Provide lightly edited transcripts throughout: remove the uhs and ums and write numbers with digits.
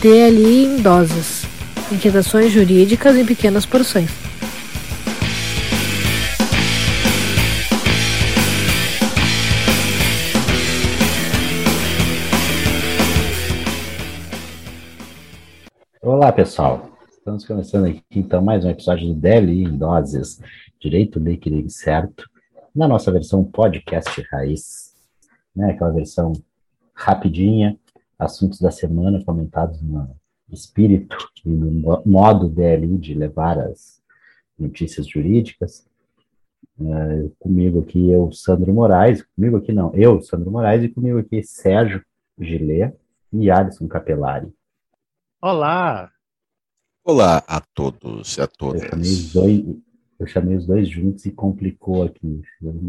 DLI em doses. Inquietações jurídicas em pequenas porções. Olá, pessoal. Estamos começando aqui, então, mais um episódio do DLI em Doses, Direito Líquido e Certo, na nossa versão podcast raiz, né? Aquela versão rapidinha, assuntos da semana comentados no espírito e no modo DLI de levar as notícias jurídicas. Comigo aqui, Sandro Moraes. Comigo aqui não, Sandro Moraes, e comigo aqui, Sérgio Gilê e Alisson Capelari. Olá! Olá a todos e a todas. Eu chamei os dois juntos e complicou aqui.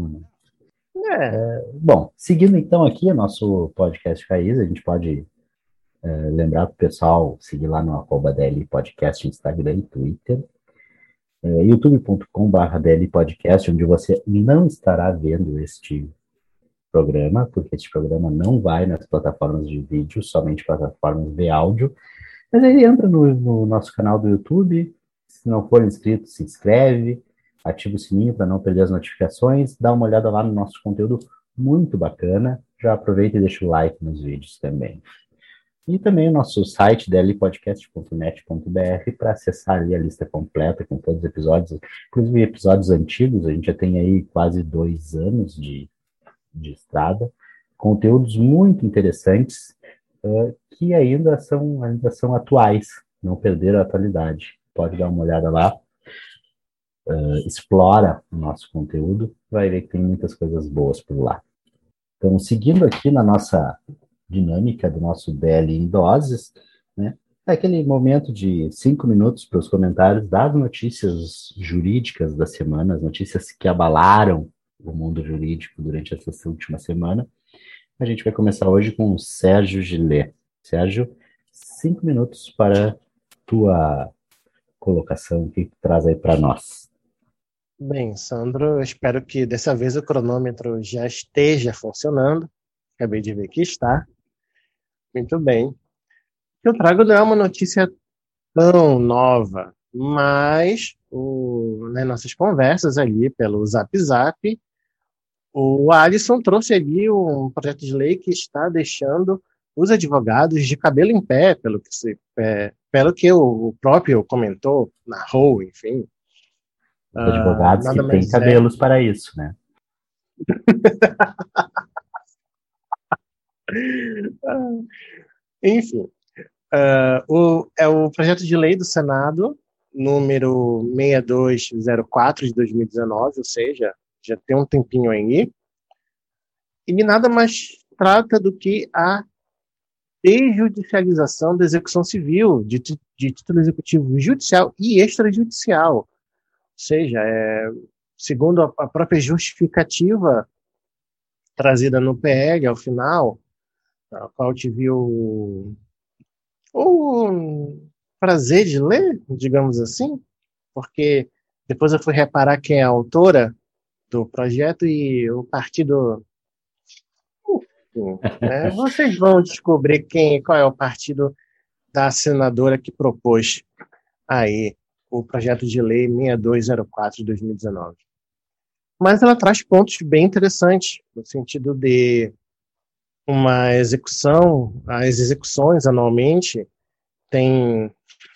Bom, seguindo então aqui o nosso podcast raiz, a gente pode lembrar para o pessoal seguir lá no @DLI Podcast, Instagram e Twitter, youtube.com/DLI Podcast, onde você não estará vendo este programa, porque este programa não vai nas plataformas de vídeo, somente plataformas de áudio. Mas aí entra no nosso canal do YouTube, se não for inscrito, se inscreve, ativa o sininho para não perder as notificações, dá uma olhada lá no nosso conteúdo muito bacana, já aproveita e deixa o like nos vídeos também. E também o nosso site, dlpodcast.net.br, para acessar ali a lista completa com todos os episódios, inclusive episódios antigos, a gente já tem aí quase 2 anos de estrada, conteúdos muito interessantes, que ainda são atuais, não perderam a atualidade. Pode dar uma olhada lá, explora o nosso conteúdo, vai ver que tem muitas coisas boas por lá. Então, seguindo aqui na nossa dinâmica do nosso DL em doses, né, é aquele momento de 5 minutos para os comentários das notícias jurídicas da semana, as notícias que abalaram o mundo jurídico durante essa última semana. A gente vai começar hoje com o Sérgio Gilê. Sérgio, 5 minutos para tua colocação, o que tu traz aí para nós? Bem, Sandro, eu espero que dessa vez o cronômetro já esteja funcionando. Acabei de ver que está. Muito bem. O que eu trago não é uma notícia tão nova, mas nas nossas conversas ali pelo Zap, o Alisson trouxe ali um projeto de lei que está deixando os advogados de cabelo em pé, pelo que o próprio comentou, narrou, enfim. Os advogados que têm cabelos para isso, né? Enfim, o projeto de lei do Senado, número 6204 de 2019, ou seja, já tem um tempinho aí, e nada mais trata do que a desjudicialização da execução civil, de título executivo judicial e extrajudicial. Ou seja, segundo a própria justificativa trazida no PL ao final, a qual tive o prazer de ler, digamos assim, porque depois eu fui reparar quem é a autora do projeto e o partido... vocês vão descobrir qual é o partido da senadora que propôs aí o projeto de lei 6204 de 2019. Mas ela traz pontos bem interessantes, no sentido de uma execução, as execuções anualmente tem...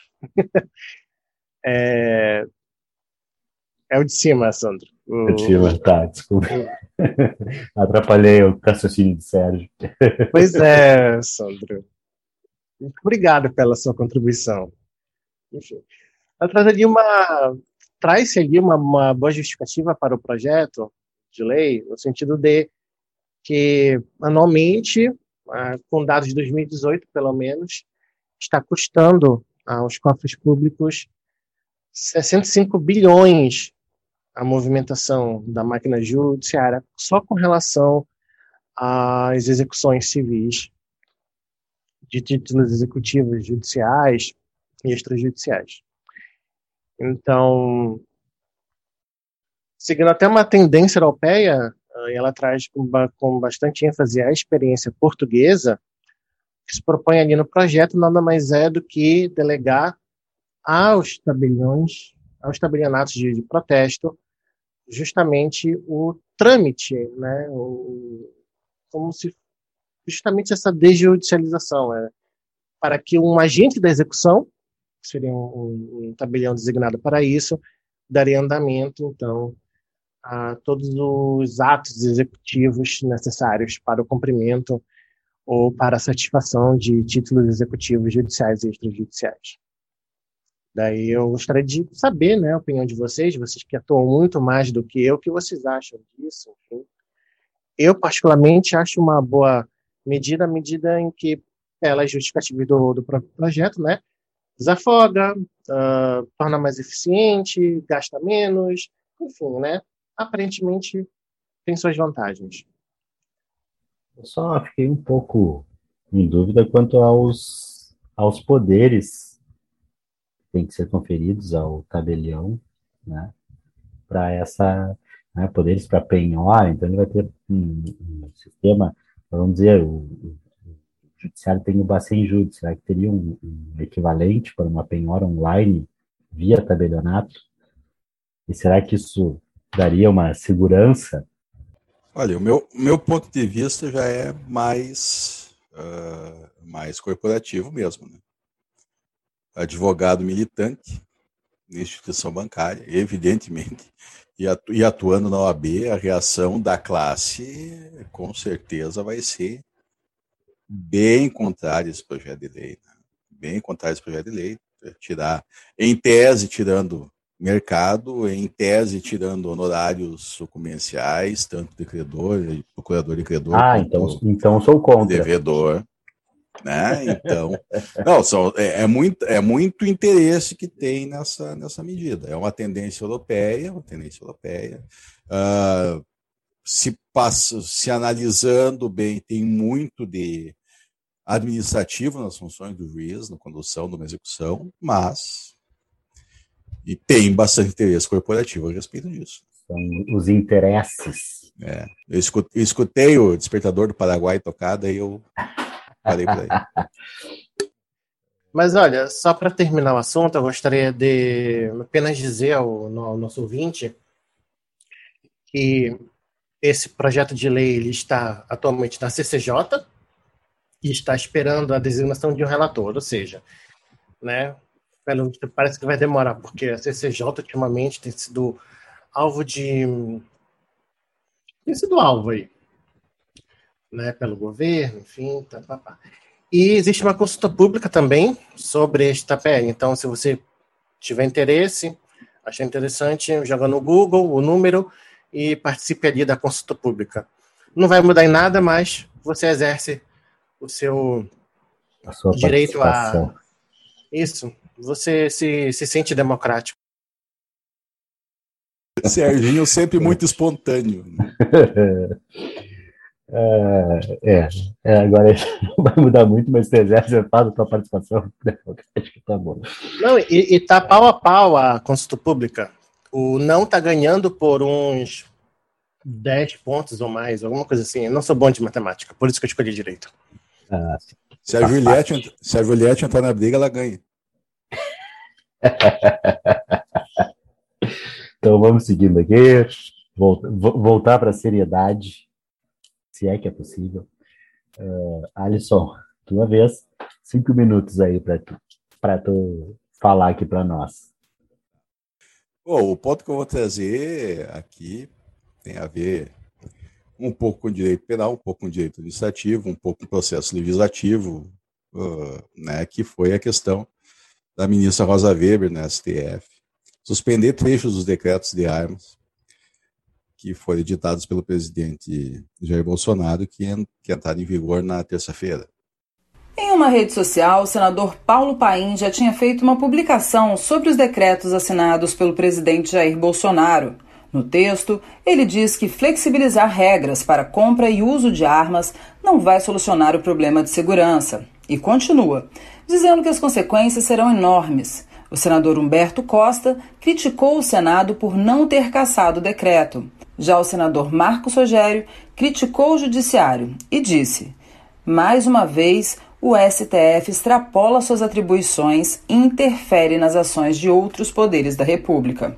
é o de cima, Sandro. O de cima, tá, desculpa. Atrapalhei o raciocínio de Sérgio. Pois é, Sandro. Obrigado pela sua contribuição. Enfim, ela traz ali uma boa justificativa para o projeto de lei, no sentido de que, anualmente, com dados de 2018, pelo menos, está custando aos cofres públicos 65 bilhões a movimentação da máquina judiciária só com relação às execuções civis de títulos executivos judiciais e extrajudiciais. Então, seguindo até uma tendência europeia, ela traz com bastante ênfase a experiência portuguesa, que se propõe ali no projeto nada mais é do que delegar aos tabelionatos de protesto, justamente o trâmite, né, como se justamente essa desjudicialização, para que um agente da execução, que seria um tabelião designado para isso, daria andamento, então, a todos os atos executivos necessários para o cumprimento ou para a satisfação de títulos executivos judiciais e extrajudiciais. Daí eu gostaria de saber, né, a opinião de vocês que atuam muito mais do que eu, o que vocês acham disso, enfim. Eu, particularmente, acho uma boa medida, a medida em que ela é justificativa do próprio projeto, né, desafoga, torna mais eficiente, gasta menos, enfim, né, aparentemente tem suas vantagens. Eu só fiquei um pouco em dúvida quanto aos poderes que têm que ser conferidos ao tabelião, né, para né, poderes para penhora. Então ele vai ter um sistema, vamos dizer, o judiciário tem o Bacen Júdice, será que teria um equivalente para uma penhora online via tabelionato? E será que isso daria uma segurança? Olha, o meu ponto de vista já é mais corporativo mesmo, né? Advogado militante na instituição bancária, evidentemente, e atuando na OAB, a reação da classe com certeza vai ser bem contrária a esse projeto de lei, né? Bem contrária a esse projeto de lei, em tese, tirando mercado, em tese, tirando honorários sucumbenciais, tanto de credor, procurador e credor, então sou contra. Devedor, né? Então, não, é muito interesse que tem nessa medida. É uma tendência europeia, se analisando bem, tem muito de administrativo nas funções do juiz, na condução de uma execução, e tem bastante interesse corporativo a respeito disso. São os interesses. Eu escutei o Despertador do Paraguai tocar, daí eu parei por aí. Mas olha, só para terminar o assunto, eu gostaria de apenas dizer ao nosso ouvinte que esse projeto de lei ele está atualmente na CCJ e está esperando a designação de um relator, ou seja, né, parece que vai demorar, porque a CCJ ultimamente tem sido alvo aí, né, pelo governo, enfim, E existe uma consulta pública também sobre esta PL. Então, se você tiver interesse, achar interessante, joga no Google o número e participe ali da consulta pública. Não vai mudar em nada, mas você exerce o seu direito a... Isso. Você se sente democrático. Serginho sempre muito espontâneo. Agora não vai mudar muito, mas se exerce a tua participação, acho que tá bom. Não, e tá pau a pau a consulta pública. O não tá ganhando por uns 10 pontos ou mais, alguma coisa assim. Eu não sou bom de matemática, por isso que eu escolhi direito. Se a Juliette entrar na briga, ela ganha. Então vamos seguindo aqui, voltar para a seriedade, se é que é possível. Alisson, tua vez, 5 minutos aí para tu falar aqui para nós. Bom, o ponto que eu vou trazer aqui tem a ver um pouco com direito penal, um pouco com direito administrativo, um pouco com processo legislativo, né, que foi a questão da ministra Rosa Weber, na STF, suspender trechos dos decretos de armas que foram editados pelo presidente Jair Bolsonaro, que entraram em vigor na terça-feira. Em uma rede social, o senador Paulo Paim já tinha feito uma publicação sobre os decretos assinados pelo presidente Jair Bolsonaro. No texto, ele diz que flexibilizar regras para compra e uso de armas não vai solucionar o problema de segurança. E continua, dizendo que as consequências serão enormes. O senador Humberto Costa criticou o Senado por não ter cassado o decreto. Já o senador Marcos Rogério criticou o Judiciário e disse: mais uma vez, o STF extrapola suas atribuições e interfere nas ações de outros poderes da República.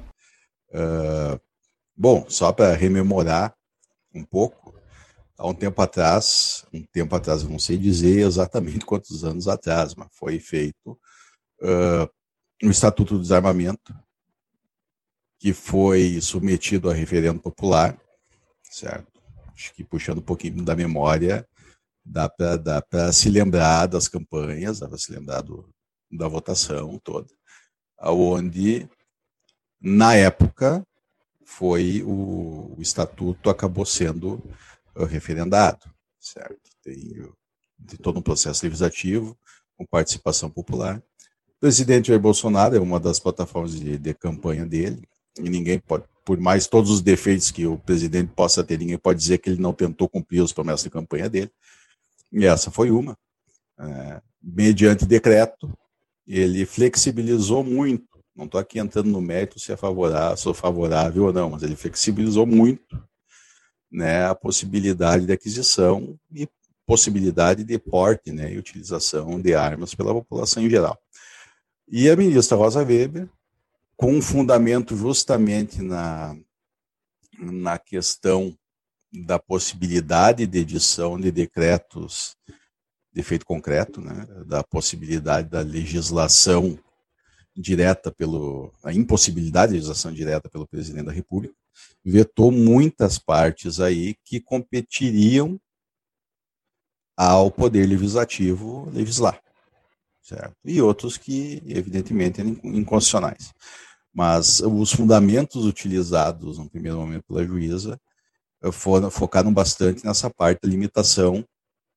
Bom, só para rememorar um pouco, há um tempo atrás, eu não sei dizer exatamente quantos anos atrás, mas foi feito o Estatuto do Desarmamento, que foi submetido a referendo popular, certo? Acho que puxando um pouquinho da memória, dá para se lembrar das campanhas, dá para se lembrar da votação toda, onde, na época, foi o Estatuto acabou sendo referendado, certo? Tem todo um processo legislativo com participação popular. O presidente Jair Bolsonaro é uma das plataformas de campanha dele, e ninguém pode, por mais todos os defeitos que o presidente possa ter, ninguém pode dizer que ele não tentou cumprir as promessas de campanha dele, e essa foi uma. Mediante decreto, ele flexibilizou muito, não estou aqui entrando no mérito se sou favorável ou não, mas ele flexibilizou muito, né, a possibilidade de aquisição e possibilidade de porte, né, e utilização de armas pela população em geral. E a ministra Rosa Weber, com um fundamento justamente na questão da possibilidade de edição de decretos de efeito concreto, né, da possibilidade da legislação direta a impossibilidade de legislação direta pelo presidente da República, vetou muitas partes aí que competiriam ao Poder Legislativo legislar, certo? E outros que, evidentemente, eram inconstitucionais. Mas os fundamentos utilizados no primeiro momento pela juíza focaram bastante nessa parte da limitação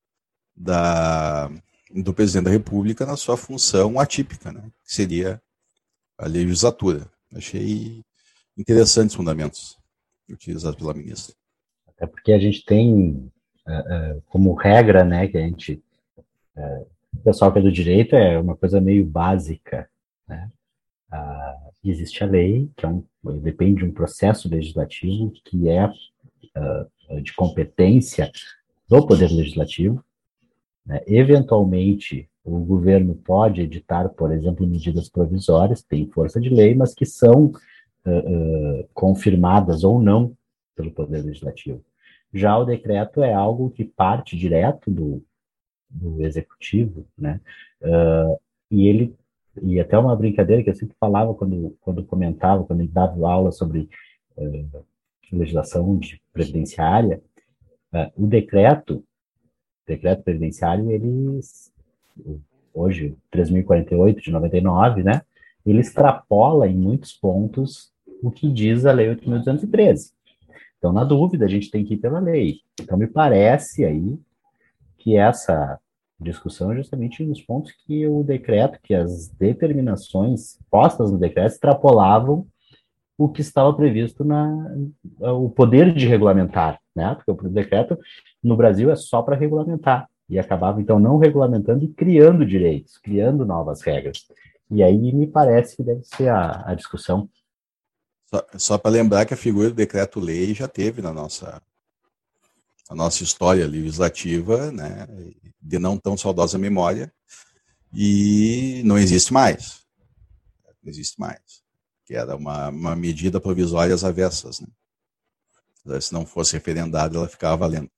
do presidente da República na sua função atípica, né, que seria a legislatura. Achei interessantes os fundamentos utilizados pela ministra. Até porque a gente tem como regra, né, que a gente, o pessoal que é do direito é uma coisa meio básica, né? Existe a lei, que depende de um processo legislativo que é de competência do Poder Legislativo, né? Eventualmente, o governo pode editar, por exemplo, medidas provisórias, tem força de lei, mas que são confirmadas ou não pelo Poder Legislativo. Já o decreto é algo que parte direto do Executivo, né? E até uma brincadeira que eu sempre falava quando comentava, quando eu dava aula sobre legislação previdenciária, o decreto previdenciário, hoje, 3.048 de 99, né, ele extrapola em muitos pontos o que diz a Lei 8.213. Então, na dúvida, a gente tem que ir pela lei. Então, me parece aí que essa discussão é justamente nos pontos que o decreto, que as determinações postas no decreto extrapolavam o que estava previsto o poder de regulamentar, né? Porque o decreto no Brasil é só para regulamentar, e acabava então não regulamentando e criando direitos, criando novas regras. E aí me parece que deve ser a discussão. Só para lembrar que a figura do decreto-lei já teve na nossa história legislativa, né, de não tão saudosa memória, e não existe mais. Não existe mais. Que era uma medida provisória às avessas, né? Se não fosse referendada, ela ficava valendo.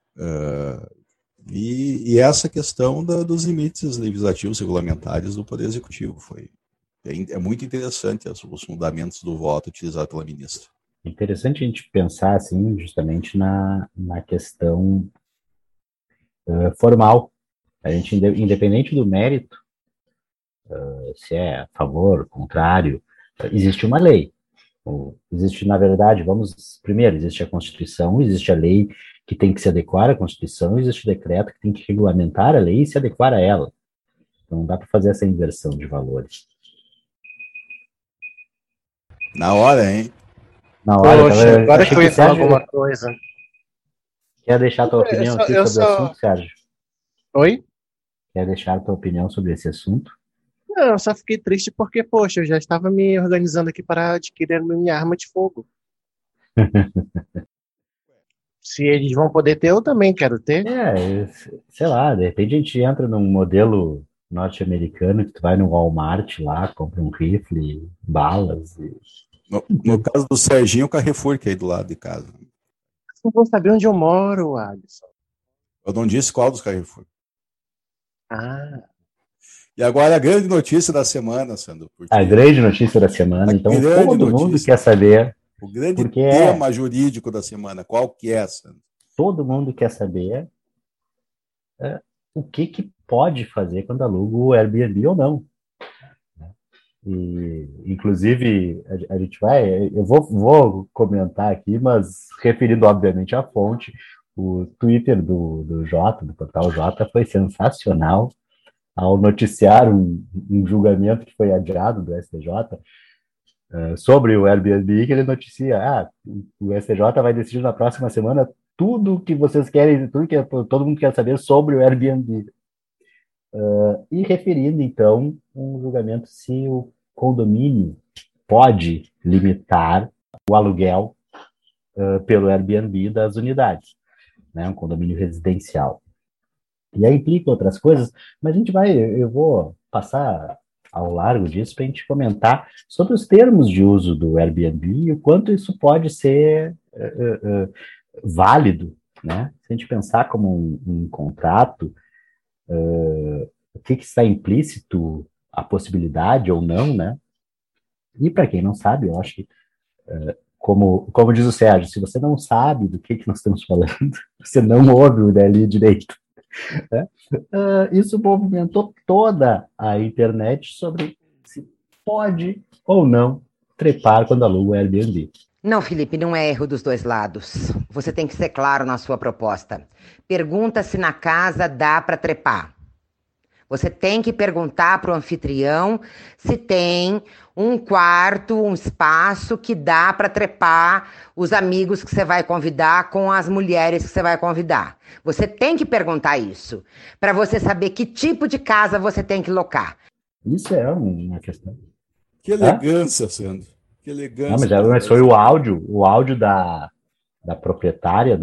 E essa questão dos limites legislativos regulamentares do Poder Executivo é muito interessante os fundamentos do voto utilizado pela ministra. Interessante a gente pensar assim, justamente na questão formal. A gente, independente do mérito, se é a favor, contrário, existe uma lei. Existe, na verdade, primeiro, existe a Constituição, existe a lei que tem que se adequar à Constituição, existe o decreto que tem que regulamentar a lei e se adequar a ela. Então, não dá para fazer essa inversão de valores. Na hora, hein? Na hora. Poxa, agora que eu ia falar alguma coisa. Quer deixar a tua opinião aqui sobre o assunto, Sérgio? Oi? Quer deixar a tua opinião sobre esse assunto? Não, eu só fiquei triste porque, poxa, eu já estava me organizando aqui para adquirir minha arma de fogo. Se eles vão poder ter, eu também quero ter. Sei lá, de repente a gente entra num modelo norte-americano que tu vai no Walmart lá, compra um rifle, balas. No caso do Serginho, o Carrefour, que é aí do lado de casa. Não vou saber onde eu moro, Alisson. Eu não disse qual dos Carrefour. Ah. E agora a grande notícia da semana, Sandro. A grande notícia da semana, então todo mundo quer saber. O grande tema jurídico da semana, qual que é, Sandro? Todo mundo quer saber o que pode fazer quando aluga o Airbnb ou não. E, inclusive, a gente eu vou comentar aqui, mas referindo, obviamente, à fonte, o Twitter do Jota, do portal Jota, foi sensacional ao noticiar um julgamento que foi adiado do STJ sobre o Airbnb, que ele noticia, o STJ vai decidir na próxima semana tudo o que vocês querem, tudo que todo mundo quer saber sobre o Airbnb. E referindo, então, um julgamento se o condomínio pode limitar o aluguel pelo Airbnb das unidades, né, um condomínio residencial. E aí implica outras coisas, mas eu vou passar ao largo disso para a gente comentar sobre os termos de uso do Airbnb e o quanto isso pode ser válido, né? Se a gente pensar como um contrato, o que está implícito, a possibilidade ou não, né? E para quem não sabe, eu acho que, como diz o Sérgio, se você não sabe do que nós estamos falando, você não ouve o DLI direito. Né? Isso movimentou toda a internet sobre se pode ou não trepar quando aluga o Airbnb. Não, Felipe, não é erro dos dois lados. Você tem que ser claro na sua proposta. Pergunta se na casa dá para trepar. Você tem que perguntar para o anfitrião se tem um quarto, um espaço que dá para trepar os amigos que você vai convidar com as mulheres que você vai convidar. Você tem que perguntar isso, para você saber que tipo de casa você tem que locar. Isso é uma questão. Que elegância, Sandro. Que elegância. Não, mas foi o áudio da proprietária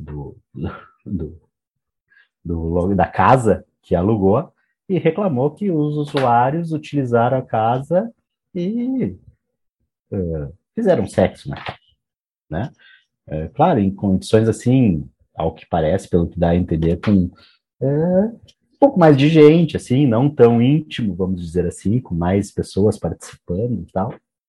da casa que alugou, e reclamou que os usuários utilizaram a casa e fizeram sexo na casa, né? Claro, em condições assim, ao que parece, pelo que dá a entender, com um pouco mais de gente, assim, não tão íntimo, vamos dizer assim, com mais pessoas participando e tal.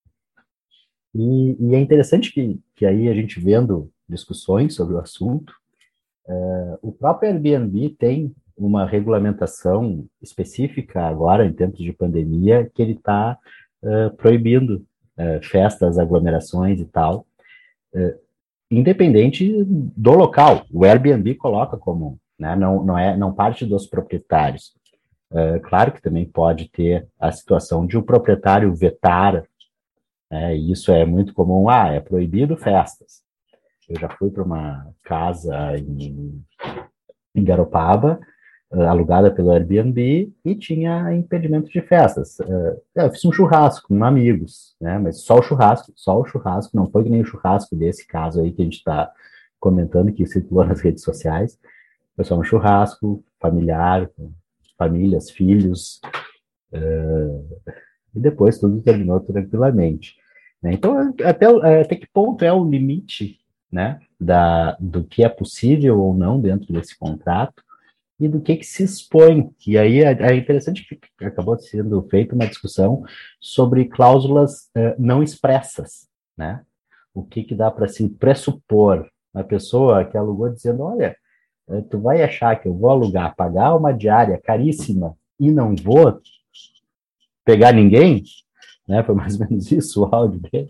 E é interessante que aí a gente vendo discussões sobre o assunto, o próprio Airbnb tem uma regulamentação específica agora, em tempos de pandemia, que ele está proibindo festas, aglomerações e tal, independente do local. O Airbnb coloca como, né, não parte dos proprietários. Claro que também pode ter a situação de o proprietário vetar, e isso é muito comum, é proibido festas. Eu já fui para uma casa em Garopaba, alugada pelo Airbnb, e tinha impedimento de festas. Eu fiz um churrasco com amigos, né? Mas só o churrasco, não foi que nem o churrasco desse caso aí que a gente está comentando, que circulou nas redes sociais. Foi só um churrasco familiar, com famílias, filhos, e depois tudo terminou tranquilamente. Né? Então, até que ponto é o limite, né, do que é possível ou não dentro desse contrato, e do que se expõe. E aí é interessante que acabou sendo feita uma discussão sobre cláusulas não expressas, né? O que dá para se pressupor. A pessoa que alugou dizendo, olha, tu vai achar que eu vou alugar, pagar uma diária caríssima e não vou pegar ninguém? Né? Foi mais ou menos isso o áudio dele.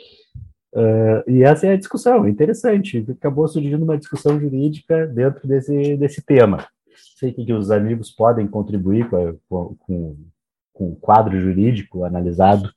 E essa é a discussão, interessante. Acabou surgindo uma discussão jurídica dentro desse tema. Sei que os amigos podem contribuir com o quadro jurídico analisado.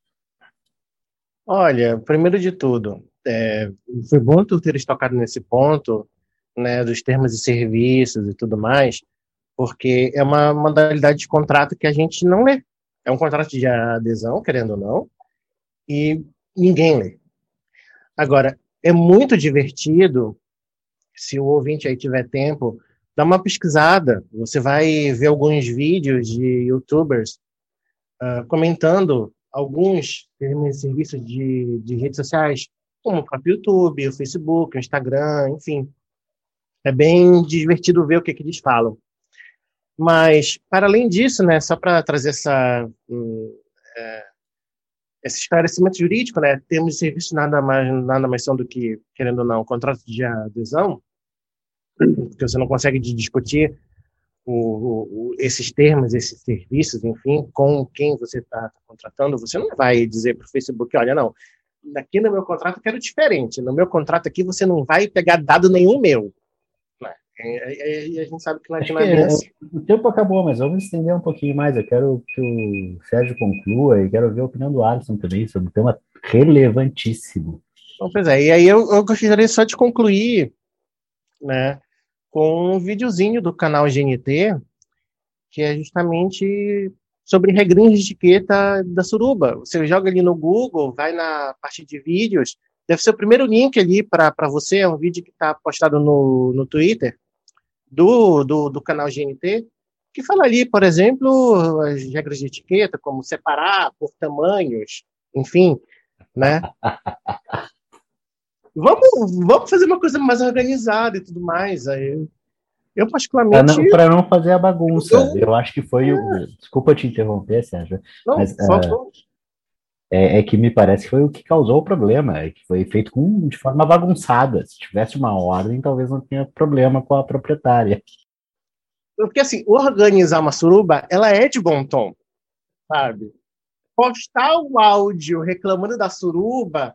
Olha, primeiro de tudo, foi bom tu teres tocado nesse ponto, né, dos termos e serviços e tudo mais, porque é uma modalidade de contrato que a gente não lê. É um contrato de adesão, querendo ou não, e ninguém lê. Agora, é muito divertido se o ouvinte aí tiver tempo, dá uma pesquisada. Você vai ver alguns vídeos de YouTubers comentando alguns termos e serviços de redes sociais, como o próprio YouTube, o Facebook, o Instagram, enfim. É bem divertido ver o que eles falam. Mas, para além disso, né, só para trazer esse esclarecimento jurídico, né, termos de serviço nada mais são do que, querendo ou não, um contrato de adesão, porque você não consegue discutir esses termos, esses serviços, enfim, com quem você está contratando. Você não vai dizer para o Facebook, olha, não, aqui no meu contrato eu quero diferente, no meu contrato aqui você não vai pegar dado nenhum meu. E a gente sabe que não é bem assim. O tempo acabou, mas vamos estender um pouquinho mais. Eu quero que o Sérgio conclua e quero ver a opinião do Alisson também sobre um tema relevantíssimo. Então, pois é, e aí eu gostaria só de concluir, né, com um videozinho do canal GNT, que é justamente sobre regrinhas de etiqueta da suruba. Você joga ali no Google, vai na parte de vídeos, deve ser o primeiro link ali para você, é um vídeo que está postado no Twitter, do canal GNT, que fala ali, por exemplo, as regras de etiqueta, como separar por tamanhos, enfim, né? Vamos fazer uma coisa mais organizada e tudo mais. Eu particularmente... Para não fazer a bagunça. Eu acho que foi... Desculpa te interromper, Sérgio. Não, mas, por favor. É que me parece que foi o que causou o problema, é que foi feito de forma bagunçada. Se tivesse uma ordem, talvez não tenha problema com a proprietária. Porque, assim, organizar uma suruba, ela é de bom tom, sabe? Postar um áudio reclamando da suruba,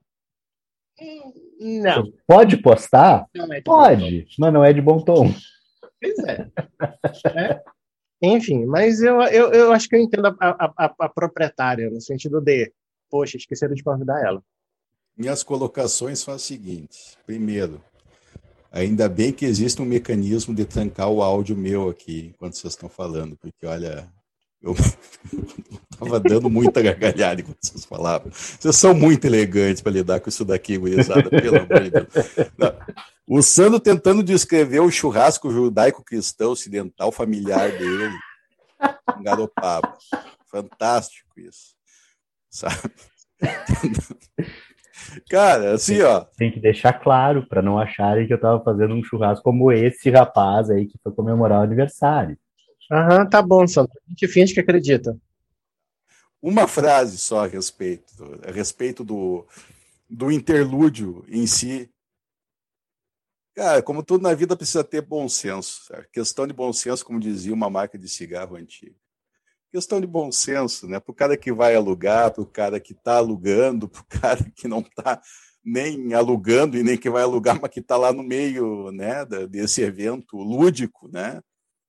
não. Você pode postar? Não é de pode, mas não é de bom tom. Pois é. Enfim, mas eu acho que eu entendo a proprietária, no sentido de, poxa, esqueceram de convidar ela. Minhas colocações são as seguintes. Primeiro, ainda bem que existe um mecanismo de trancar o áudio meu aqui, enquanto vocês estão falando, porque, olha, eu estava dando muita gargalhada enquanto vocês falavam. Vocês são muito elegantes para lidar com isso daqui, gurizada, pelo amor de Deus. Não. O Sandro tentando descrever o churrasco judaico-cristão ocidental familiar dele em Garopaba. Fantástico isso. Sabe? Cara, assim, ó. Tem que deixar claro, para não acharem que eu estava fazendo um churrasco como esse rapaz aí que foi comemorar o aniversário. Aham, tá bom, Sandro. A gente finge que acredita. Uma frase só a respeito do interlúdio em si. Cara, como tudo na vida precisa ter bom senso. Sabe? Questão de bom senso, como dizia uma marca de cigarro antiga. Questão de bom senso, né? Para o cara que vai alugar, para o cara que está alugando, para o cara que não está nem alugando e nem que vai alugar, mas que está lá no meio, né, desse evento lúdico, né?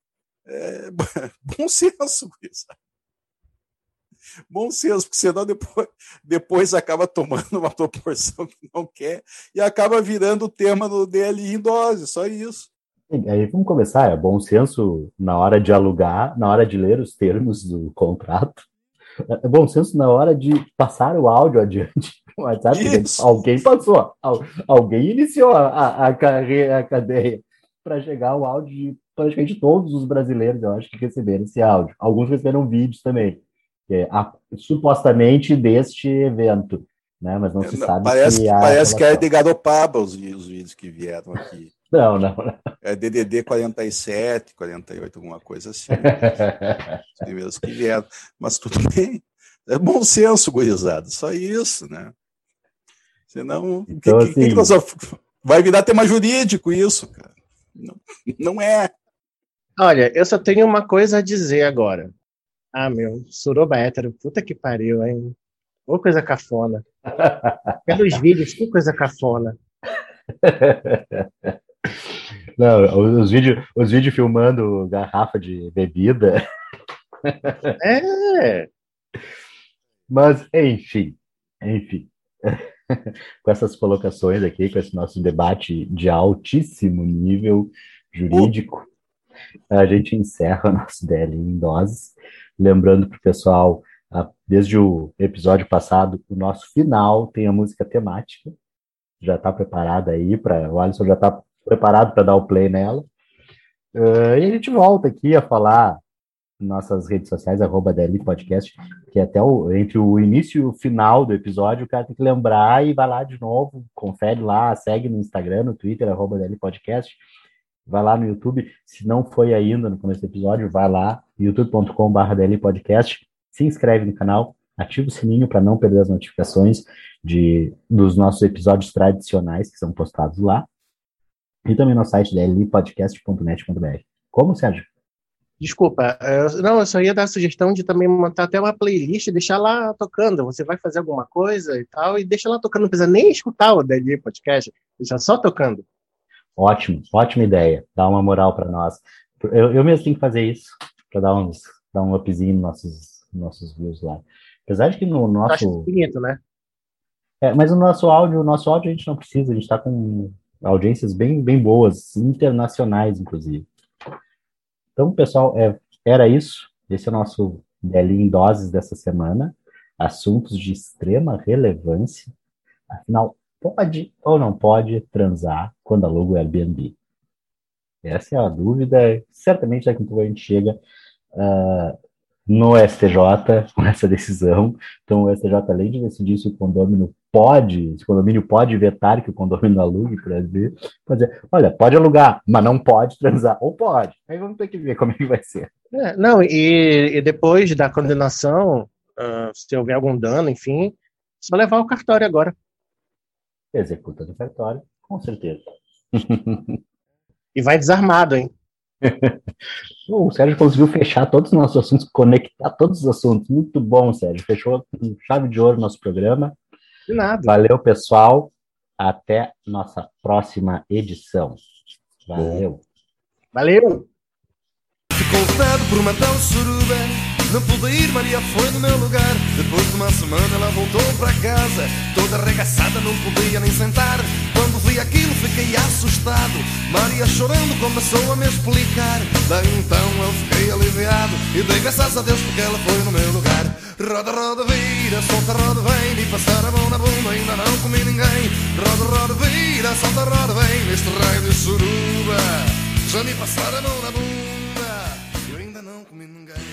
Bom senso, sabe? Bom senso, porque senão depois acaba tomando uma proporção que não quer e acaba virando o tema do DLI em dose, só isso. Aí vamos começar, é bom senso na hora de alugar, na hora de ler os termos do contrato, é bom senso na hora de passar o áudio adiante no WhatsApp, alguém passou, alguém iniciou a cadeia para chegar o áudio de praticamente todos os brasileiros, eu acho, que receberam esse áudio. Alguns receberam vídeos também, supostamente deste evento, né? Mas não se sabe parece que é de Garopaba os vídeos que vieram aqui. Não. É DDD 47, 48, alguma coisa assim. Os primeiros que vieram. Mas tudo bem. É bom senso, gurizada. Só isso, né? Senão, então, assim, vai virar tema jurídico isso, cara. Não é. Olha, eu só tenho uma coisa a dizer agora. Meu, suruba hétero, puta que pariu, hein? Ô coisa cafona. Pelos vídeos, que coisa cafona. Não, os vídeos filmando garrafa de bebida. Mas, enfim. Com essas colocações aqui, com esse nosso debate de altíssimo nível jurídico, a gente encerra o nosso DLI em doses. Lembrando para o pessoal, desde o episódio passado, o nosso final tem a música temática. Já está preparada aí, o Alisson já está preparado para dar o play nela. E a gente volta aqui a falar nossas redes sociais, @DLI Podcast, que até entre o início e o final do episódio, o cara tem que lembrar e vai lá de novo, confere lá, segue no Instagram, no Twitter, @DLI Podcast, vai lá no YouTube, se não foi ainda no começo do episódio, vai lá, youtube.com/DLI Podcast, se inscreve no canal, ativa o sininho para não perder as notificações dos nossos episódios tradicionais que são postados lá, e também no site dlipodcast.net.br. Como, Sérgio? Desculpa, eu só ia dar a sugestão de também montar até uma playlist e deixar lá tocando. Você vai fazer alguma coisa e tal, e deixa lá tocando, não precisa nem escutar o DLI Podcast, deixa só tocando. Ótimo, ótima ideia, dá uma moral para nós. Eu mesmo tenho que fazer isso, para dar um upzinho nos nossos views lá. Apesar de que no nosso... Acho bonito, né? Mas o nosso áudio a gente não precisa, a gente está com audiências bem, bem boas, internacionais, inclusive. Então, pessoal, era isso. Esse é o nosso DLI em doses dessa semana. Assuntos de extrema relevância. Afinal, pode ou não pode transar quando aluga o Airbnb? Essa é a dúvida. Certamente daqui a pouco a gente chega no STJ com essa decisão. Então, o STJ, além de decidir se o condomínio pode vetar que o condomínio alugue para Airbnb, pode dizer, olha, pode alugar, mas não pode transar, ou pode. Aí vamos ter que ver como é que vai ser. E depois da condenação, se houver algum dano, enfim, só levar o cartório agora. Executa do cartório, com certeza. E vai desarmado, hein? O Sérgio conseguiu fechar todos os nossos assuntos, conectar todos os assuntos. Muito bom, Sérgio. Fechou com chave de ouro o nosso programa. De nada. Valeu, pessoal. Até nossa próxima edição. Valeu. Valeu. Ficou fado por uma tal suruba. Não pude ir, Maria foi no meu lugar. Depois de uma semana ela voltou para casa, toda arregaçada, não podia nem sentar. Quando vi aquilo fiquei assustado. Maria chorando começou a me explicar. Daí então eu fiquei aliviado e dei graças a Deus porque ela foi no meu lugar. Roda, roda, vira, solta, roda, vem. E passar a mão na bunda, ainda não comi ninguém. Roda, roda, vira, solta, roda, vem. Neste raio de suruba já me passaram a mão na bunda.